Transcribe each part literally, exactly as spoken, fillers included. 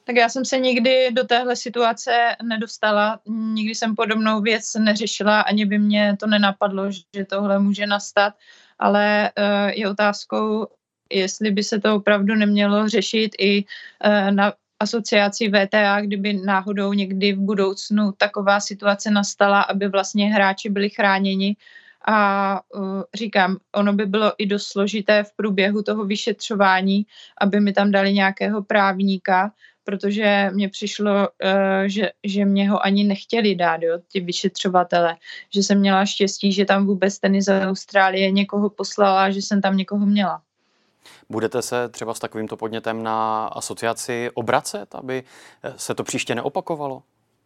Tak já jsem se nikdy do téhle situace nedostala, nikdy jsem podobnou věc neřešila, ani by mě to nenapadlo, že tohle může nastat, ale uh, je otázkou, jestli by se to opravdu nemělo řešit i uh, na asociaci V T A, kdyby náhodou někdy v budoucnu taková situace nastala, aby vlastně hráči byli chráněni. A uh, říkám, ono by bylo i dost složité v průběhu toho vyšetřování, aby mi tam dali nějakého právníka, protože mně přišlo, uh, že, že mě ho ani nechtěli dát, jo, ty vyšetřovatele. Že jsem měla štěstí, že tam vůbec tenis z Austrálie někoho poslala, že jsem tam někoho měla. Budete se třeba s takovýmto podnětem na asociaci obracet, aby se to příště neopakovalo?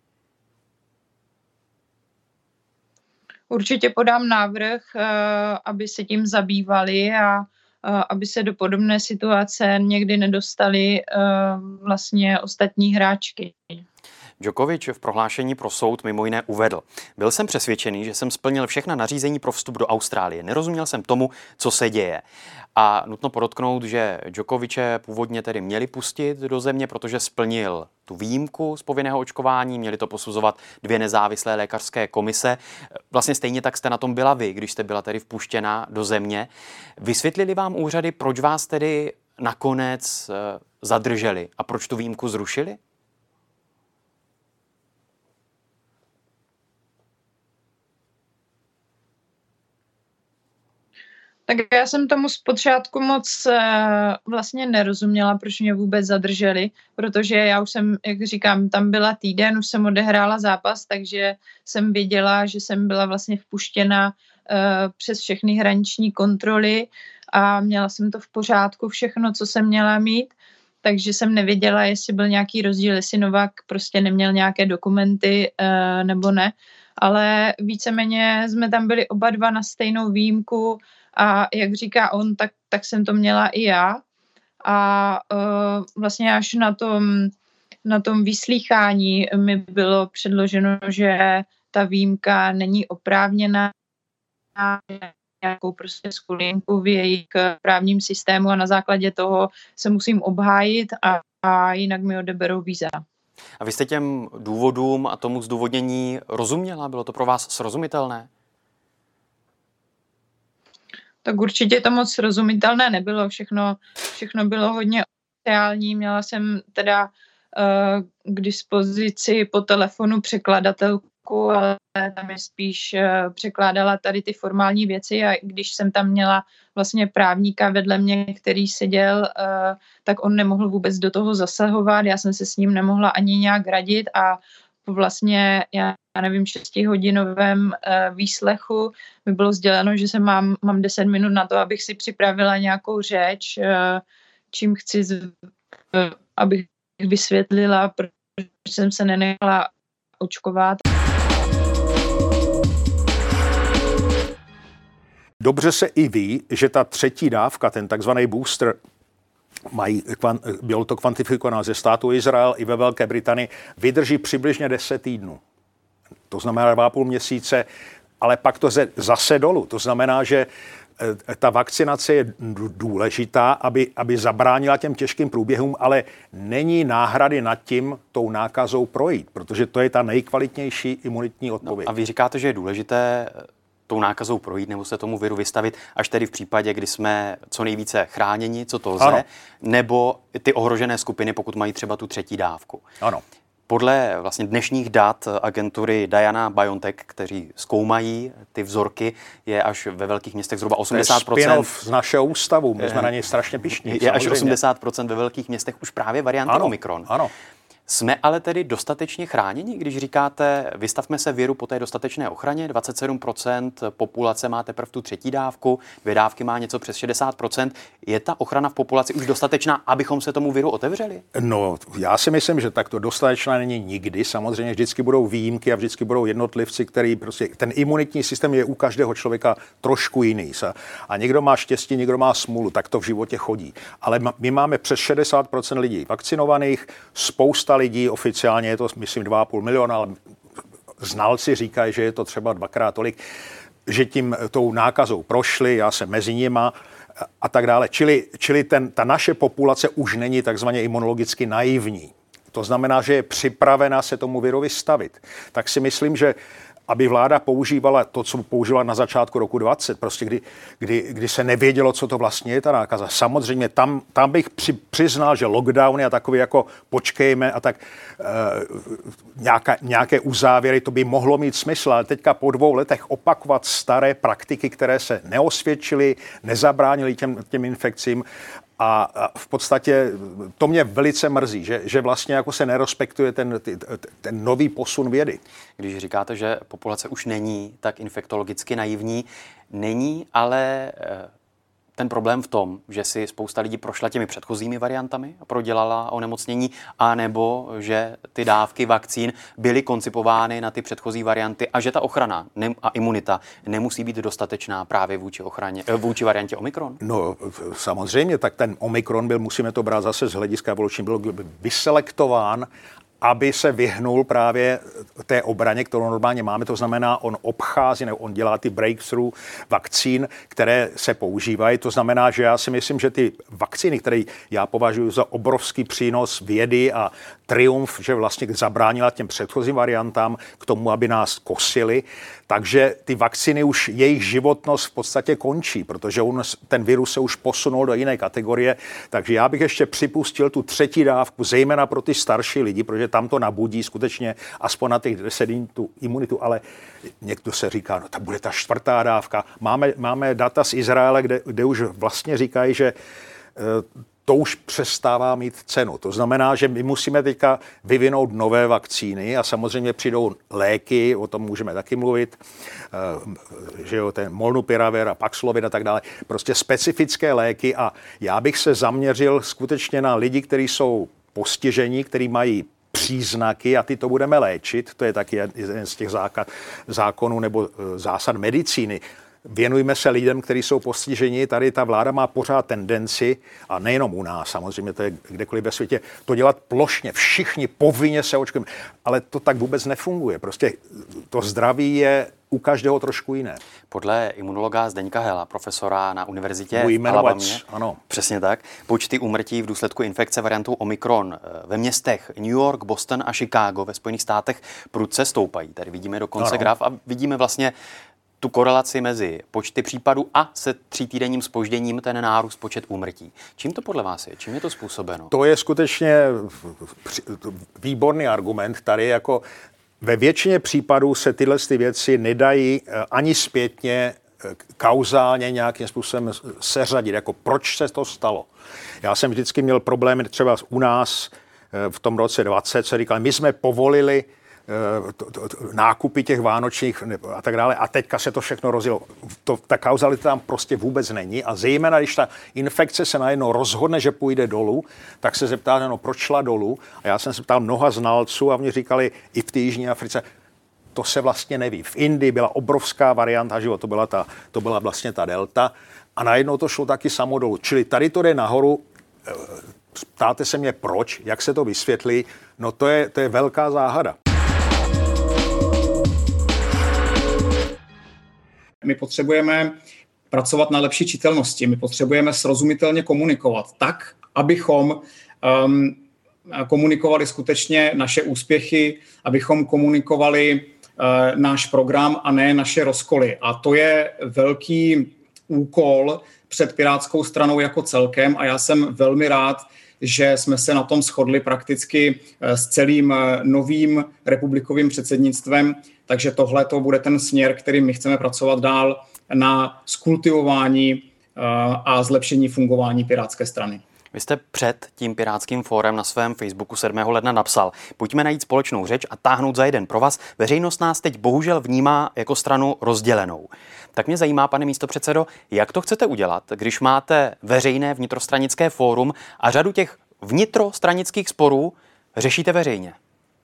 Určitě podám návrh, aby se tím zabývali a aby se do podobné situace někdy nedostali vlastně ostatní hráčky. Djokovic v prohlášení pro soud mimo jiné uvedl: Byl jsem přesvědčený, že jsem splnil všechna nařízení pro vstup do Austrálie. Nerozuměl jsem tomu, co se děje. A nutno podotknout, že Djokoviče původně tedy měli pustit do země, protože splnil tu výjimku z povinného očkování, měli to posuzovat dvě nezávislé lékařské komise. Vlastně stejně tak jste na tom byla vy, když jste byla tedy vpuštěna do země. Vysvětlili vám úřady, proč vás tedy nakonec zadrželi a proč tu výjimku zrušili? Tak já jsem tomu zpočátku moc uh, vlastně nerozuměla, proč mě vůbec zadrželi, protože já už jsem, jak říkám, tam byla týden, už jsem odehrála zápas, takže jsem věděla, že jsem byla vlastně vpuštěna uh, přes všechny hraniční kontroly a měla jsem to v pořádku, všechno, co jsem měla mít, takže jsem nevěděla, jestli byl nějaký rozdíl, jestli Novák prostě neměl nějaké dokumenty uh, nebo ne, ale víceméně jsme tam byli oba dva na stejnou výjimku. A jak říká on, tak, tak jsem to měla i já. A uh, vlastně až na tom, na tom vyslýchání mi bylo předloženo, že ta výjimka není oprávněná, nějakou prostě skulinku v jejich právním systému a na základě toho se musím obhájit a, a jinak mi odeberou víza. A vy jste těm důvodům a tomu zdůvodnění rozuměla? Bylo to pro vás srozumitelné? Tak určitě to moc srozumitelné nebylo. Všechno, všechno bylo hodně oficiální. Měla jsem teda uh, k dispozici po telefonu překladatelku, ale tam je spíš uh, překládala tady ty formální věci a když jsem tam měla vlastně právníka vedle mě, který seděl, uh, tak on nemohl vůbec do toho zasahovat. Já jsem se s ním nemohla ani nějak radit a vlastně, já nevím, šestihodinovém uh, výslechu mi bylo sděleno, že se mám, mám deset minut na to, abych si připravila nějakou řeč, uh, čím chci, z, uh, abych vysvětlila, proč jsem se nenechala očkovat. Dobře se i ví, že ta třetí dávka, ten takzvaný booster, mají, bylo to kvantifikované ze státu Izrael i ve Velké Británii, vydrží přibližně deset týdnů. To znamená dva a půl měsíce, ale pak to zase dolů. To znamená, že ta vakcinace je důležitá, aby, aby zabránila těm těžkým průběhům, ale není náhrady nad tím tou nákazou projít, protože to je ta nejkvalitnější imunitní odpověď. No, a vy říkáte, že je důležité tou nákazou projít nebo se tomu viru vystavit až tedy v případě, kdy jsme co nejvíce chráněni, co to lze, ano. Nebo ty ohrožené skupiny, pokud mají třeba tu třetí dávku. Ano. Podle vlastně dnešních dat agentury Diana BioNTech, kteří zkoumají ty vzorky, je až ve velkých městech zhruba osmdesát procent. To je spin-off z našeho ústavu, my jsme na něj strašně pyšní. Je samozřejmě. Až osmdesát procent ve velkých městech už právě varianty ano, Omikron. Ano. Jsme ale tedy dostatečně chráněni, když říkáte, vystavme se viru po té dostatečné ochraně, dvacet sedm procent populace má teprve tu třetí dávku, dvě dávky má něco přes šedesát procent. Je ta ochrana v populaci už dostatečná, abychom se tomu viru otevřeli? No, já si myslím, že tak to dostatečná není nikdy. Samozřejmě vždycky budou výjimky a vždycky budou jednotlivci, který prostě, ten imunitní systém je u každého člověka trošku jiný. A někdo má štěstí, někdo má smůlu, tak to v životě chodí. Ale my máme přes šedesát procent lidí vakcinovaných, spousta lidí, oficiálně je to, myslím, dva a půl milionu, ale znalci říkají, že je to třeba dvakrát tolik, že tím tou nákazou prošli, já jsem mezi nima a tak dále. Čili, čili ten, ta naše populace už není takzvaně imunologicky naivní. to znamená, že je připravena se tomu viru vystavit, tak si myslím, že aby vláda používala to, co použila na začátku roku dvacet, prostě kdy, kdy, kdy se nevědělo, co to vlastně je ta nákaza. Samozřejmě tam, tam bych při, přiznal, že lockdowny a takový jako počkejme a tak e, nějaká, nějaké uzávěry, to by mohlo mít smysl, ale teďka po dvou letech opakovat staré praktiky, které se neosvědčily, nezabránily těm, těm infekcím. A v podstatě to mě velice mrzí, že, že vlastně jako se nerespektuje ten, ten nový posun vědy. Když říkáte, že populace už není tak infektologicky naivní, není ale ten problém v tom, že si spousta lidí prošla těmi předchozími variantami a prodělala onemocnění, anebo že ty dávky vakcín byly koncipovány na ty předchozí varianty a že ta ochrana a imunita nemusí být dostatečná právě vůči, ochraně, vůči variantě Omikron? No samozřejmě, tak ten Omikron byl, musíme to brát zase z hlediska evoluční, byl vyselektován, aby se vyhnul právě té obraně, kterou normálně máme. To znamená, on obchází, nebo on dělá ty breakthrough vakcín, které se používají. To znamená, že já si myslím, že ty vakcíny, které já považuji za obrovský přínos vědy a triumf, že vlastně zabránila těm předchozím variantám k tomu, aby nás kosili, takže ty vakcíny už, jejich životnost v podstatě končí, protože on, ten virus se už posunul do jiné kategorie. Takže já bych ještě připustil tu třetí dávku, zejména pro ty starší lidi, protože tam to nabudí skutečně aspoň na těch deset dní tu imunitu, ale někdo se říká, no tak bude ta čtvrtá dávka. Máme, máme data z Izraele, kde, kde už vlastně říkají, že to už přestává mít cenu. To znamená, že my musíme teďka vyvinout nové vakcíny a samozřejmě přijdou léky, o tom můžeme taky mluvit, že jo, ten Molnupiravir a Paxlovid a tak dále, prostě specifické léky a já bych se zaměřil skutečně na lidi, kteří jsou postižení, kteří mají příznaky a ty to budeme léčit. To je taky jeden z těch zákonů nebo zásad medicíny. Věnujme se lidem, kteří jsou postiženi. Tady ta vláda má pořád tendenci, a nejenom u nás, samozřejmě to je kdekoliv ve světě, to dělat plošně. Všichni povinně se očkujeme. Ale to tak vůbec nefunguje. Prostě to zdraví je u každého trošku jiné. Podle imunologa Zdeňka Hela, profesora na univerzitě v Alabamě, ano. Přesně tak, počty úmrtí v důsledku infekce variantou Omikron ve městech New York, Boston a Chicago ve Spojených státech prudce stoupají. Tady vidíme dokonce ano. graf a vidíme vlastně tu korelaci mezi počty případů a se třítýdenním zpožděním ten nárůst počet úmrtí. Čím to podle vás je? Čím je to způsobeno? To je skutečně výborný argument. Tady jako ve většině případů se tyhle ty věci nedají ani zpětně kauzálně nějakým způsobem seřadit. Jako proč se to stalo? Já jsem vždycky měl problémy třeba u nás v tom roce dvacet, co říkal, my jsme povolili To, to, to, nákupy těch vánočních a tak dále. A teďka se to všechno rozjelo. To, ta kauzalita tam prostě vůbec není. A zejména, když ta infekce se najednou rozhodne, že půjde dolů, tak se zeptáte, no proč šla dolů? A já jsem se ptal mnoha znalců a oni říkali i v té Jižní Africe, to se vlastně neví. V Indii byla obrovská varianta, že to byla, ta, to byla vlastně ta delta. A najednou to šlo taky samo dolů. Čili tady to jde nahoru. Ptáte se mě proč, jak se to vysvětlí? No to je, to je velká záhada. My potřebujeme pracovat na lepší čitelnosti, my potřebujeme srozumitelně komunikovat tak, abychom um, komunikovali skutečně naše úspěchy, abychom komunikovali uh, náš program a ne naše rozkoly. A to je velký úkol před Pirátskou stranou jako celkem a já jsem velmi rád, že jsme se na tom shodli prakticky s celým novým republikovým předsednictvem, takže tohle to bude ten směr, kterým my chceme pracovat dál na skultivování a zlepšení fungování Pirátské strany. Vy jste před tím Pirátským fórem na svém Facebooku sedmého ledna napsal: pojďme najít společnou řeč a táhnout za jeden provaz. Veřejnost nás teď bohužel vnímá jako stranu rozdělenou. Tak mě zajímá, pane místopředsedo, jak to chcete udělat, když máte veřejné vnitrostranické fórum a řadu těch vnitrostranických sporů řešíte veřejně?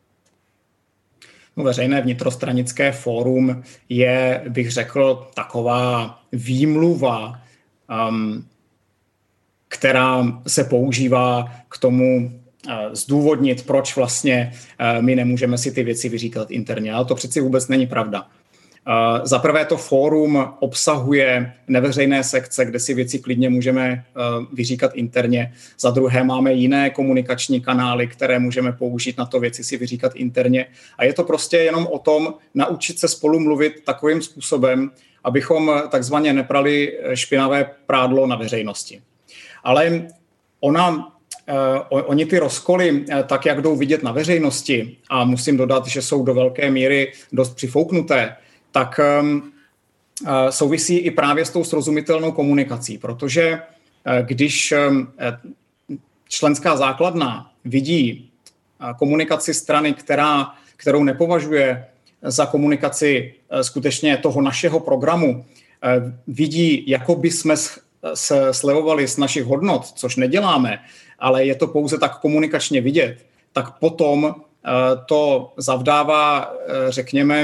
No, veřejné vnitrostranické fórum je, bych řekl, taková výmluva, um, která se používá k tomu uh, zdůvodnit, proč vlastně uh, my nemůžeme si ty věci vyříkat interně. Ale to přeci vůbec není pravda. Za prvé to fórum obsahuje neveřejné sekce, kde si věci klidně můžeme vyříkat interně. Za druhé máme jiné komunikační kanály, které můžeme použít na to věci si vyříkat interně. A je to prostě jenom o tom naučit se spolu mluvit takovým způsobem, abychom takzvaně neprali špinavé prádlo na veřejnosti. Ale ona... Uh, oni ty rozkoly, uh, tak jak jdou vidět na veřejnosti, a musím dodat, že jsou do velké míry dost přifouknuté, tak um, uh, souvisí i právě s tou srozumitelnou komunikací, protože uh, když um, členská základna vidí uh, komunikaci strany, která, kterou nepovažuje za komunikaci uh, skutečně toho našeho programu, uh, vidí, jako by jsme se slevovali z našich hodnot, což neděláme, ale je to pouze tak komunikačně vidět, tak potom uh, to zavdává, uh, řekněme,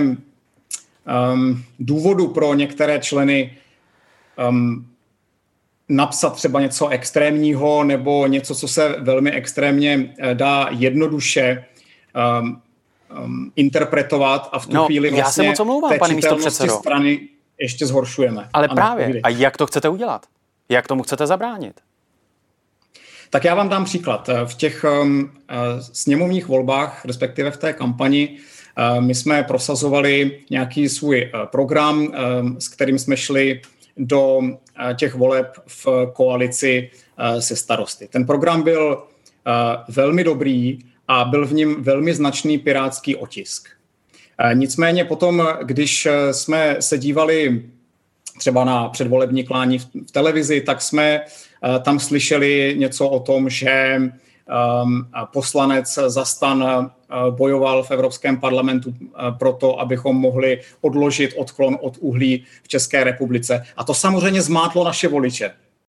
um, důvodu pro některé členy um, napsat třeba něco extrémního nebo něco, co se velmi extrémně uh, dá jednoduše um, um, interpretovat a v tu no, chvíli vlastně já se moc omlouvám, pane místopředsedo. Strany ještě zhoršujeme. Ale ano, právě. povídej. A jak to chcete udělat? Jak tomu chcete zabránit? Tak já vám dám příklad. V těch um, sněmovních volbách, respektive v té kampani, uh, my jsme prosazovali nějaký svůj uh, program, um, s kterým jsme šli do uh, těch voleb v koalici uh, se Starosty. Ten program byl uh, velmi dobrý a byl v něm velmi značný pirátský otisk. Uh, nicméně potom, když jsme se dívali třeba na předvolební klání v, v televizi, tak jsme uh, tam slyšeli něco o tom, že um, poslanec za STAN uh, bojoval v Evropském parlamentu uh, proto, abychom mohli odložit odklon od uhlí v České republice. A to samozřejmě zmátlo naše voliče.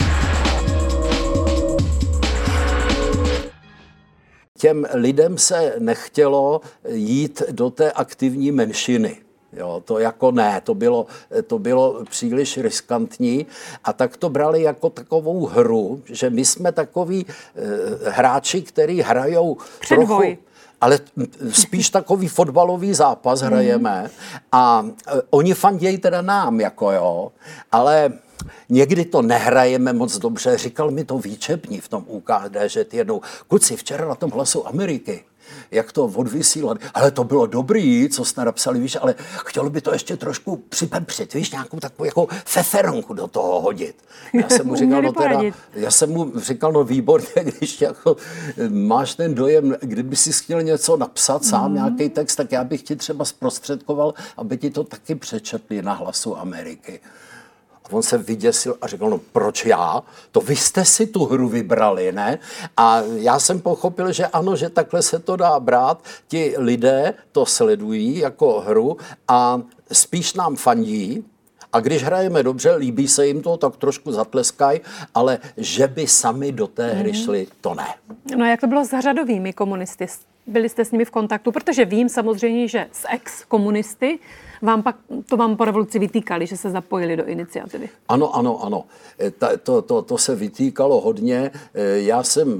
Těm lidem se nechtělo jít do té aktivní menšiny. Jo, to jako ne, to bylo, to bylo příliš riskantní a tak to brali jako takovou hru, že my jsme takoví e, hráči, který hrajou Předvoj. trochu, ale spíš takový fotbalový zápas hrajeme a e, oni fandějí teda nám, jako jo, ale někdy to nehrajeme moc dobře. Říkal mi to Výčepní v tom U K D, že ty jednou, kluci, včera na tom Hlasu Ameriky, jak to odvysílat, ale to bylo dobrý, co jste napsali, víš, ale chtělo by to ještě trošku připepřit, víš, nějakou takovou jako feferonku do toho hodit. Já jsem mu říkal, no teda, já jsem mu říkal, no výborně, když jako máš ten dojem, kdyby si chtěl něco napsat sám, mm. nějaký text, tak já bych ti třeba zprostředkoval, aby ti to taky přečetli na Hlasu Ameriky. A on se vyděsil a říkal, no proč já? To vy jste si tu hru vybrali, ne? A já jsem pochopil, že ano, že takhle se to dá brát. Ti lidé to sledují jako hru a spíš nám fandí. A když hrajeme dobře, líbí se jim to, tak trošku zatleskají, ale že by sami do té hry šli, to ne. No jak to bylo s řadovými komunisty? Byli jste s nimi v kontaktu? Protože vím samozřejmě, že s ex-komunisty vám pak, to vám po revoluci vytýkali, že se zapojili do iniciativy. Ano, ano, ano. Ta, to, to, to se vytýkalo hodně. Já jsem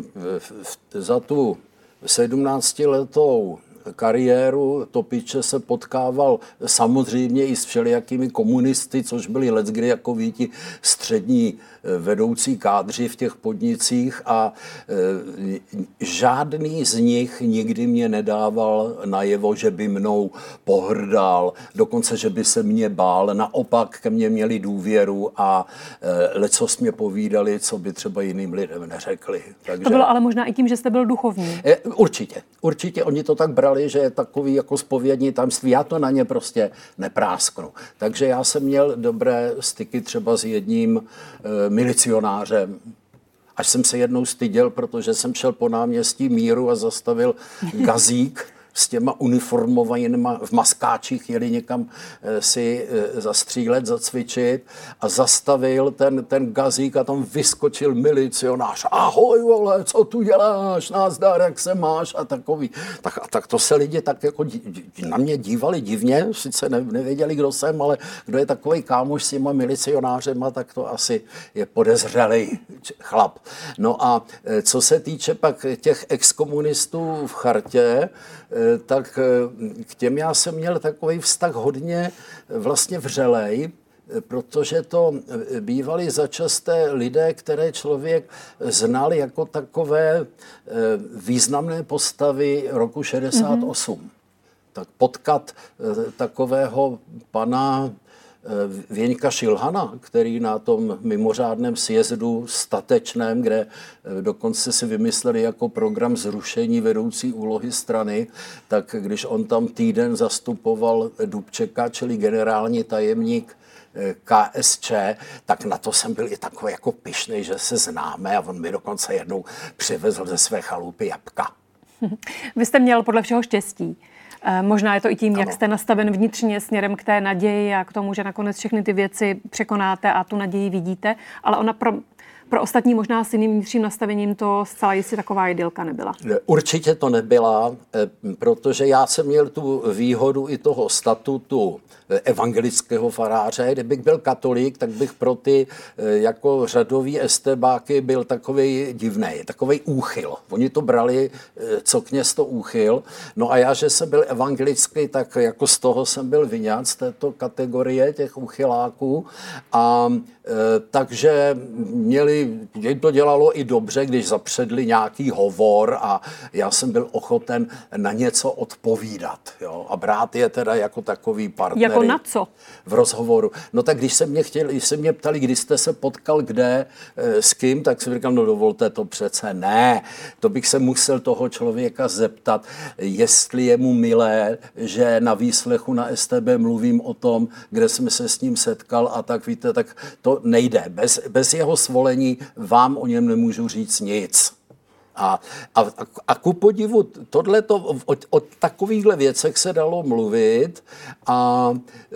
za tu sedmnáctiletou kariéru Topiče se potkával samozřejmě i s všelijakými komunisty, což byli leckdy jako víti střední vedoucí kádři v těch podnicích a e, žádný z nich nikdy mě nedával najevo, že by mnou pohrdal, dokonce, že by se mě bál. Naopak ke mně měli důvěru a e, lecos mě povídali, co by třeba jiným lidem neřekli. Takže, to bylo ale možná i tím, že jste byl duchovní. E, určitě. Určitě oni to tak brali, že je takový jako zpovědní tajemství. Já to na ně prostě neprásknu. Takže já jsem měl dobré styky třeba s jedním e, milicionářem. Až jsem se jednou styděl, protože jsem šel po náměstí Míru a zastavil gazík s těma uniformovanýma v maskáčích, jeli někam e, si e, zastřílet, zacvičit a zastavil ten, ten gazík a tam vyskočil milicionář. Ahoj, vole, co tu děláš? Nazdar, jak se máš? A takový. Tak, a tak to se lidi tak jako dí, na mě dívali divně, sice ne, nevěděli, kdo jsem, ale kdo je takový kámoš s těma milicionářema, tak to asi je podezřelý chlap. No a e, co se týče pak těch exkomunistů v Chartě, tak k těm já jsem měl takový vztah hodně vlastně vřelej, protože to bývali začasté lidé, které člověk znal jako takové významné postavy roku šedesát osm. Mm-hmm. Tak potkat takového pana Věňka Šilhana, který na tom mimořádném sjezdu statečném, kde dokonce si vymysleli jako program zrušení vedoucí úlohy strany, tak když on tam týden zastupoval Dubčeka, čili generální tajemník K S Č, tak na to jsem byl i takový jako pyšnej, že se známe, a on mi dokonce jednou přivezl ze své chalupy jabka. Vy jste měl podle všeho štěstí. Možná je to i tím, ano. jak jste nastaven vnitřně směrem k té naději a k tomu, že nakonec všechny ty věci překonáte a tu naději vidíte, ale ona pro, pro ostatní možná s jiným vnitřním nastavením to zcela jistě taková idylka nebyla. Určitě to nebyla, protože já jsem měl tu výhodu i toho statutu evangelického faráře. Kdybych byl katolík, tak bych pro ty jako řadový estebáky byl takovej divnej, takovej úchyl. Oni to brali, co kněz to úchyl. No a já, že jsem byl evangelický, tak jako z toho jsem byl vyňat z této kategorie těch úchyláků. A e, takže měli, jim to dělalo i dobře, když zapředli nějaký hovor a já jsem byl ochoten na něco odpovídat. Jo? A brát je teda jako takový partner. Jako na co? V rozhovoru. No tak když se mě chtěli, když se mě ptali, kdy jste se potkal, kde, s kým, tak jsem říkal, no dovolte to přece ne. To bych se musel toho člověka zeptat, jestli je mu milé, že na výslechu na S T B mluvím o tom, kde jsme se s ním setkal a tak víte, tak to nejde. Bez, bez jeho svolení vám o něm nemůžu říct nic. A, a, a ku podivu, tohleto, o, o takovýchhle věcech se dalo mluvit a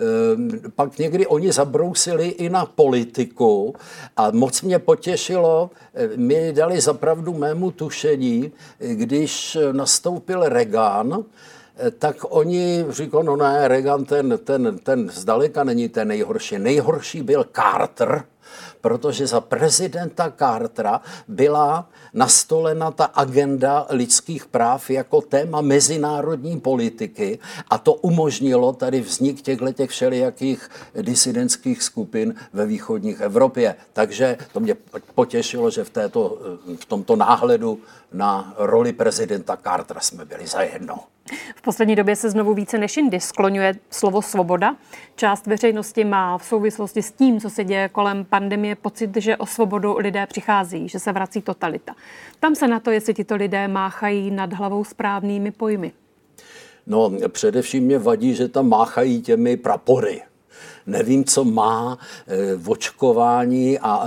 e, pak někdy oni zabrousili i na politiku a moc mě potěšilo, mi dali zapravdu mému tušení, když nastoupil Reagan, tak oni říkali, no ne, Reagan ten, ten, ten zdaleka není ten nejhorší. Nejhorší byl Carter, protože za prezidenta Cartera byla nastolena ta agenda lidských práv jako téma mezinárodní politiky a to umožnilo tady vznik těchto všelijakých disidentských skupin ve východních Evropě. Takže to mě potěšilo, že v, této, v tomto náhledu na roli prezidenta Cartera jsme byli zajedno. V poslední době se znovu více než jindy skloňuje slovo svoboda. Část veřejnosti má v souvislosti s tím, co se děje kolem pandemie, pocit, že o svobodu lidé přichází, že se vrací totalita. Tam se na to, jestli tito lidé máchají nad hlavou správnými pojmy. No, především mě vadí, že tam máchají těmi prapory. Nevím, co má v očkování a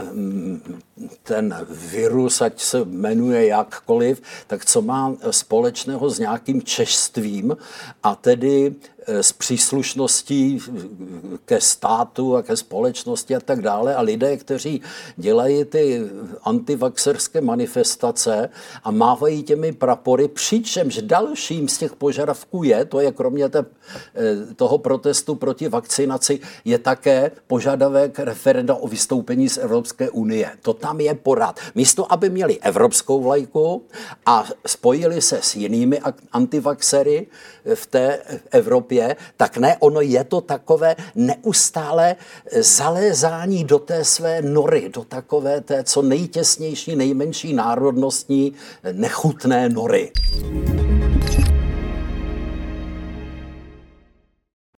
ten virus, ať se jmenuje jakkoliv, tak co má společného s nějakým češstvím a tedy s příslušností ke státu a ke společnosti a tak dále. A lidé, kteří dělají ty antivaxerské manifestace a mávají těmi prapory, přičemž dalším z těch požadavků je, to je kromě té, toho protestu proti vakcinaci, je také požadavek referenda o vystoupení z Evropské unie. To tam je porad. Místo, aby měli evropskou vlajku a spojili se s jinými antivaxery v té Evropě, tak ne, ono je to takové neustále zalézání do té své nory, do takové té co nejtěsnější, nejmenší národnostní, nechutné nory.